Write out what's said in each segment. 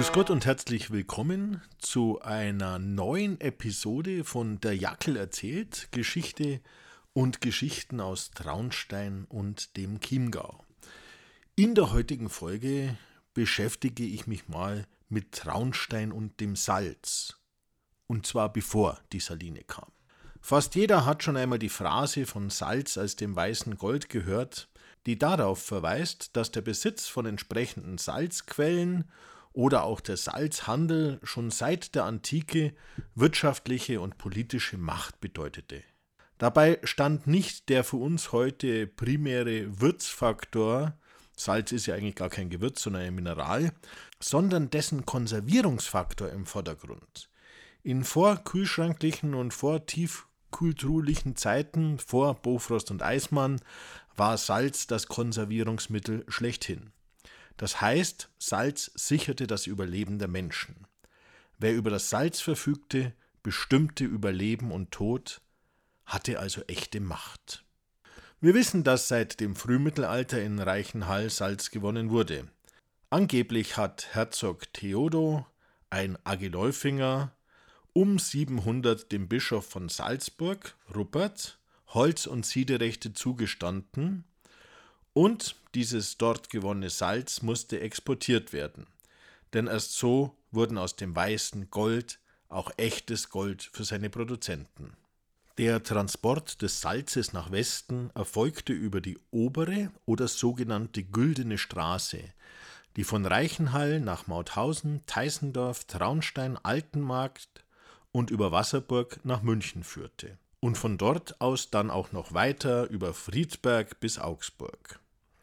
Grüß Gott und herzlich willkommen zu einer neuen Episode von Der Jackel erzählt, Geschichte und Geschichten aus Traunstein und dem Chiemgau. In der heutigen Folge beschäftige ich mich mal mit Traunstein und dem Salz. Und zwar bevor die Saline kam. Fast jeder hat schon einmal die Phrase von Salz als dem weißen Gold gehört, die darauf verweist, dass der Besitz von entsprechenden Salzquellen oder auch der Salzhandel schon seit der Antike wirtschaftliche und politische Macht bedeutete. Dabei stand nicht der für uns heute primäre Würzfaktor, Salz ist ja eigentlich gar kein Gewürz, sondern ein Mineral, sondern dessen Konservierungsfaktor im Vordergrund. In vorkühlschranklichen und vortiefkühltruhlichen Zeiten, vor Bofrost und Eismann, war Salz das Konservierungsmittel schlechthin. Das heißt, Salz sicherte das Überleben der Menschen. Wer über das Salz verfügte, bestimmte über Leben und Tod, hatte also echte Macht. Wir wissen, dass seit dem Frühmittelalter in Reichenhall Salz gewonnen wurde. Angeblich hat Herzog Theodo, ein Agilolfinger, um 700 dem Bischof von Salzburg, Rupert, Holz- und Siederechte zugestanden und dieses dort gewonnene Salz musste exportiert werden, denn erst so wurden aus dem weißen Gold auch echtes Gold für seine Produzenten. Der Transport des Salzes nach Westen erfolgte über die obere oder sogenannte Güldene Straße, die von Reichenhall nach Mauthausen, Teissendorf, Traunstein, Altenmarkt und über Wasserburg nach München führte und von dort aus dann auch noch weiter über Friedberg bis Augsburg.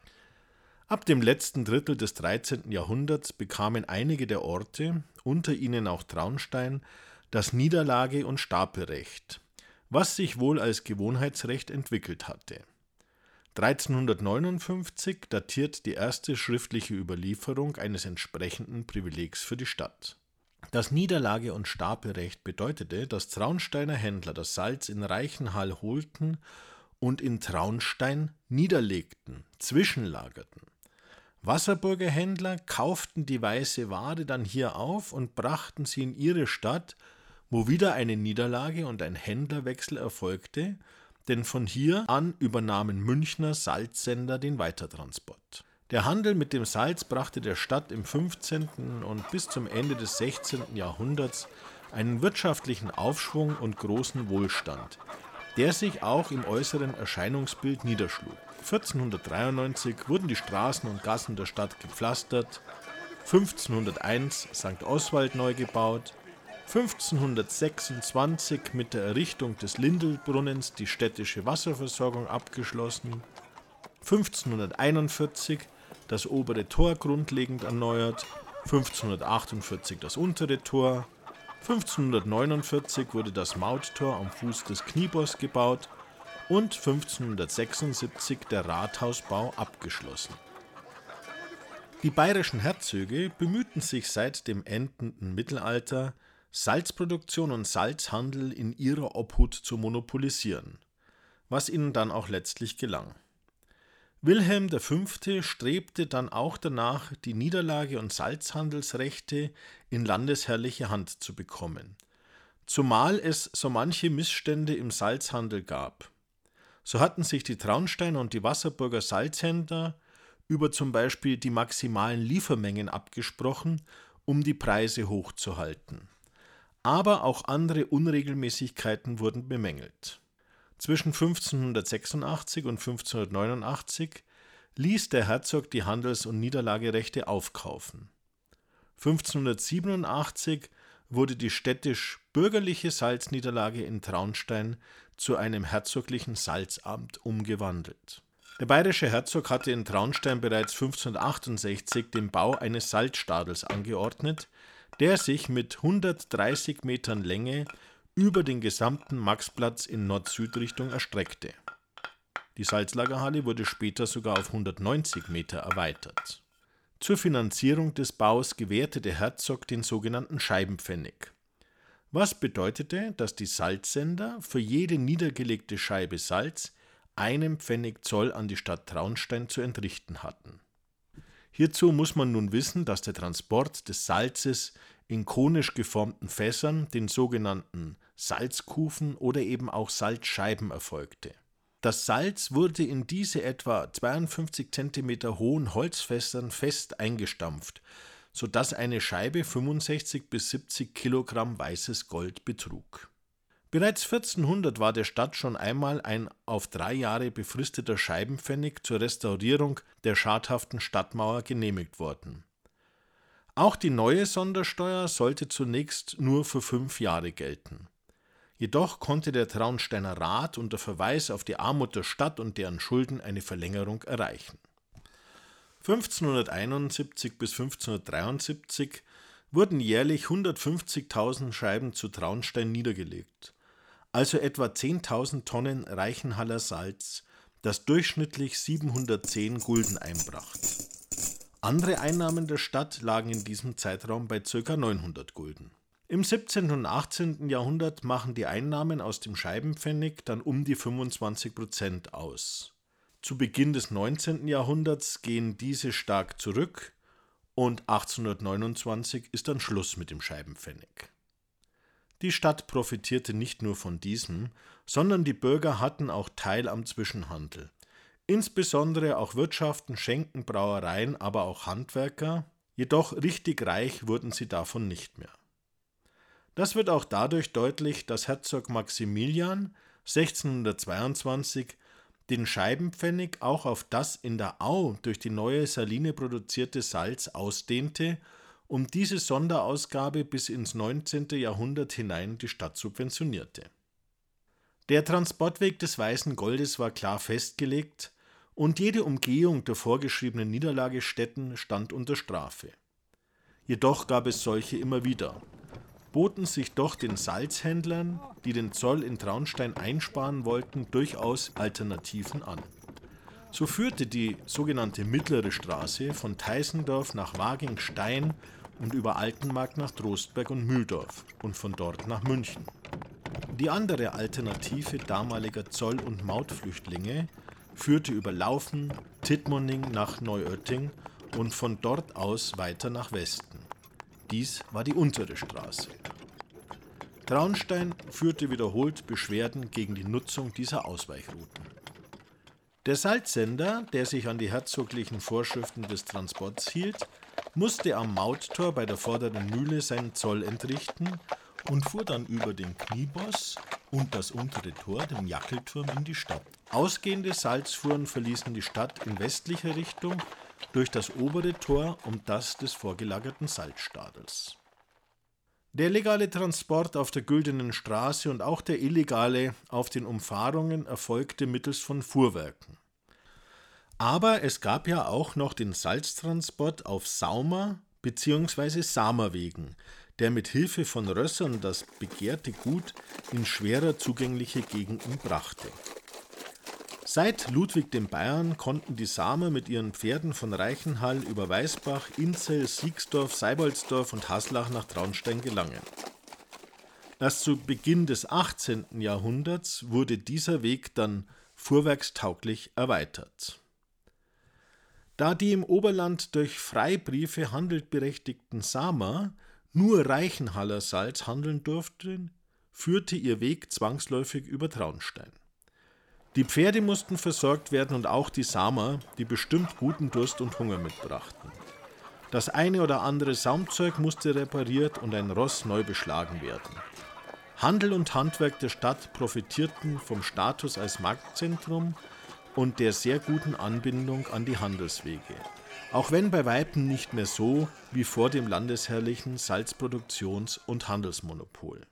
Ab dem letzten Drittel des 13. Jahrhunderts bekamen einige der Orte, unter ihnen auch Traunstein, das Niederlage- und Stapelrecht, was sich wohl als Gewohnheitsrecht entwickelt hatte. 1359 datiert die erste schriftliche Überlieferung eines entsprechenden Privilegs für die Stadt. Das Niederlage- und Stapelrecht bedeutete, dass Traunsteiner Händler das Salz in Reichenhall holten und in Traunstein niederlegten, zwischenlagerten. Wasserburger Händler kauften die weiße Ware dann hier auf und brachten sie in ihre Stadt, wo wieder eine Niederlage und ein Händlerwechsel erfolgte, denn von hier an übernahmen Münchner Salzsender den Weitertransport. Der Handel mit dem Salz brachte der Stadt im 15. und bis zum Ende des 16. Jahrhunderts einen wirtschaftlichen Aufschwung und großen Wohlstand, der sich auch im äußeren Erscheinungsbild niederschlug. 1493 wurden die Straßen und Gassen der Stadt gepflastert, 1501 St. Oswald neu gebaut, 1526 mit der Errichtung des Lindelbrunnens die städtische Wasserversorgung abgeschlossen, 1541 das obere Tor grundlegend erneuert, 1548 das untere Tor, 1549 wurde das Mauttor am Fuß des Kniebers gebaut und 1576 der Rathausbau abgeschlossen. Die bayerischen Herzöge bemühten sich seit dem endenden Mittelalter, Salzproduktion und Salzhandel in ihrer Obhut zu monopolisieren, was ihnen dann auch letztlich gelang. Wilhelm V. strebte dann auch danach, die Niederlage- und Salzhandelsrechte in landesherrliche Hand zu bekommen, zumal es so manche Missstände im Salzhandel gab. So hatten sich die Traunsteiner und die Wasserburger Salzhändler über zum Beispiel die maximalen Liefermengen abgesprochen, um die Preise hochzuhalten. Aber auch andere Unregelmäßigkeiten wurden bemängelt. Zwischen 1586 und 1589 ließ der Herzog die Handels- und Niederlagerechte aufkaufen. 1587 wurde die städtisch-bürgerliche Salzniederlage in Traunstein zu einem herzoglichen Salzamt umgewandelt. Der bayerische Herzog hatte in Traunstein bereits 1568 den Bau eines Salzstadels angeordnet, der sich mit 130 Metern Länge über den gesamten Maxplatz in Nord-Süd-Richtung erstreckte. Die Salzlagerhalle wurde später sogar auf 190 Meter erweitert. Zur Finanzierung des Baus gewährte der Herzog den sogenannten Scheibenpfennig, was bedeutete, dass die Salzsender für jede niedergelegte Scheibe Salz einen Pfennig Zoll an die Stadt Traunstein zu entrichten hatten. Hierzu muss man nun wissen, dass der Transport des Salzes in konisch geformten Fässern, den sogenannten Salzkufen oder eben auch Salzscheiben, erfolgte. Das Salz wurde in diese etwa 52 cm hohen Holzfässern fest eingestampft, sodass eine Scheibe 65 bis 70 Kilogramm weißes Gold betrug. Bereits 1400 war der Stadt schon einmal ein auf 3 Jahre befristeter Scheibenpfennig zur Restaurierung der schadhaften Stadtmauer genehmigt worden. Auch die neue Sondersteuer sollte zunächst nur für 5 Jahre gelten. Jedoch konnte der Traunsteiner Rat unter Verweis auf die Armut der Stadt und deren Schulden eine Verlängerung erreichen. 1571 bis 1573 wurden jährlich 150.000 Scheiben zu Traunstein niedergelegt, also etwa 10.000 Tonnen Reichenhaller Salz, das durchschnittlich 710 Gulden einbrachte. Andere Einnahmen der Stadt lagen in diesem Zeitraum bei ca. 900 Gulden. Im 17. und 18. Jahrhundert machen die Einnahmen aus dem Scheibenpfennig dann um die 25% aus. Zu Beginn des 19. Jahrhunderts gehen diese stark zurück und 1829 ist dann Schluss mit dem Scheibenpfennig. Die Stadt profitierte nicht nur von diesem, sondern die Bürger hatten auch Teil am Zwischenhandel. Insbesondere auch Wirtschaften, Schenken, Brauereien, aber auch Handwerker, jedoch richtig reich wurden sie davon nicht mehr. Das wird auch dadurch deutlich, dass Herzog Maximilian 1622 den Scheibenpfennig auch auf das in der Au durch die neue Saline produzierte Salz ausdehnte, um diese Sonderausgabe bis ins 19. Jahrhundert hinein die Stadt subventionierte. Der Transportweg des weißen Goldes war klar festgelegt und jede Umgehung der vorgeschriebenen Niederlagestätten stand unter Strafe. Jedoch gab es solche immer wieder, boten sich doch den Salzhändlern, die den Zoll in Traunstein einsparen wollten, durchaus Alternativen an. So führte die sogenannte Mittlere Straße von Teisendorf nach Wagingstein und über Altenmarkt nach Trostberg und Mühldorf und von dort nach München. Die andere Alternative damaliger Zoll- und Mautflüchtlinge führte über Laufen, Tittmoning nach Neuötting und von dort aus weiter nach Westen. Dies war die Untere Straße. Traunstein führte wiederholt Beschwerden gegen die Nutzung dieser Ausweichrouten. Der Salzsender, der sich an die herzoglichen Vorschriften des Transports hielt, musste am Mauttor bei der vorderen Mühle seinen Zoll entrichten und fuhr dann über den Knieboss und das untere Tor, den Jackelturm, in die Stadt. Ausgehende Salzfuhren verließen die Stadt in westlicher Richtung durch das obere Tor und das des vorgelagerten Salzstadels. Der legale Transport auf der Güldenen Straße und auch der illegale auf den Umfahrungen erfolgte mittels von Fuhrwerken. Aber es gab ja auch noch den Salztransport auf Saumer- bzw. Samerwegen, der mit Hilfe von Rössern das begehrte Gut in schwerer zugängliche Gegenden brachte. Seit Ludwig dem Bayern konnten die Samer mit ihren Pferden von Reichenhall über Weißbach, Inzell, Siegsdorf, Seiboldsdorf und Haslach nach Traunstein gelangen. Erst zu Beginn des 18. Jahrhunderts wurde dieser Weg dann fuhrwerkstauglich erweitert. Da die im Oberland durch Freibriefe handelberechtigten Samer nur Reichenhaller Salz handeln durften, führte ihr Weg zwangsläufig über Traunstein. Die Pferde mussten versorgt werden und auch die Samer, die bestimmt guten Durst und Hunger mitbrachten. Das eine oder andere Saumzeug musste repariert und ein Ross neu beschlagen werden. Handel und Handwerk der Stadt profitierten vom Status als Marktzentrum und der sehr guten Anbindung an die Handelswege, auch wenn bei Weitem nicht mehr so wie vor dem landesherrlichen Salzproduktions- und Handelsmonopol.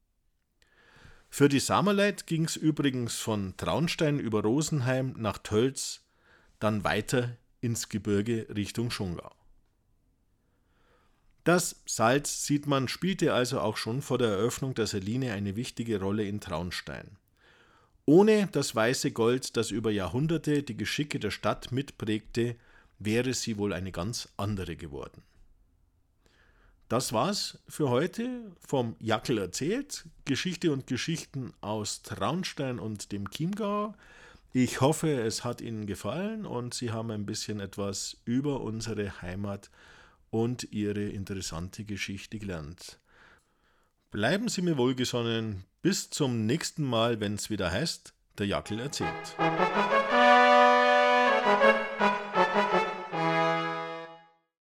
Für die Samerleit ging es übrigens von Traunstein über Rosenheim nach Tölz, dann weiter ins Gebirge Richtung Schongau. Das Salz, sieht man, spielte also auch schon vor der Eröffnung der Saline eine wichtige Rolle in Traunstein. Ohne das weiße Gold, das über Jahrhunderte die Geschicke der Stadt mitprägte, wäre sie wohl eine ganz andere geworden. Das war's für heute vom Jackel erzählt. Geschichte und Geschichten aus Traunstein und dem Chiemgau. Ich hoffe, es hat Ihnen gefallen und Sie haben ein bisschen etwas über unsere Heimat und ihre interessante Geschichte gelernt. Bleiben Sie mir wohlgesonnen. Bis zum nächsten Mal, wenn es wieder heißt, der Jackel erzählt.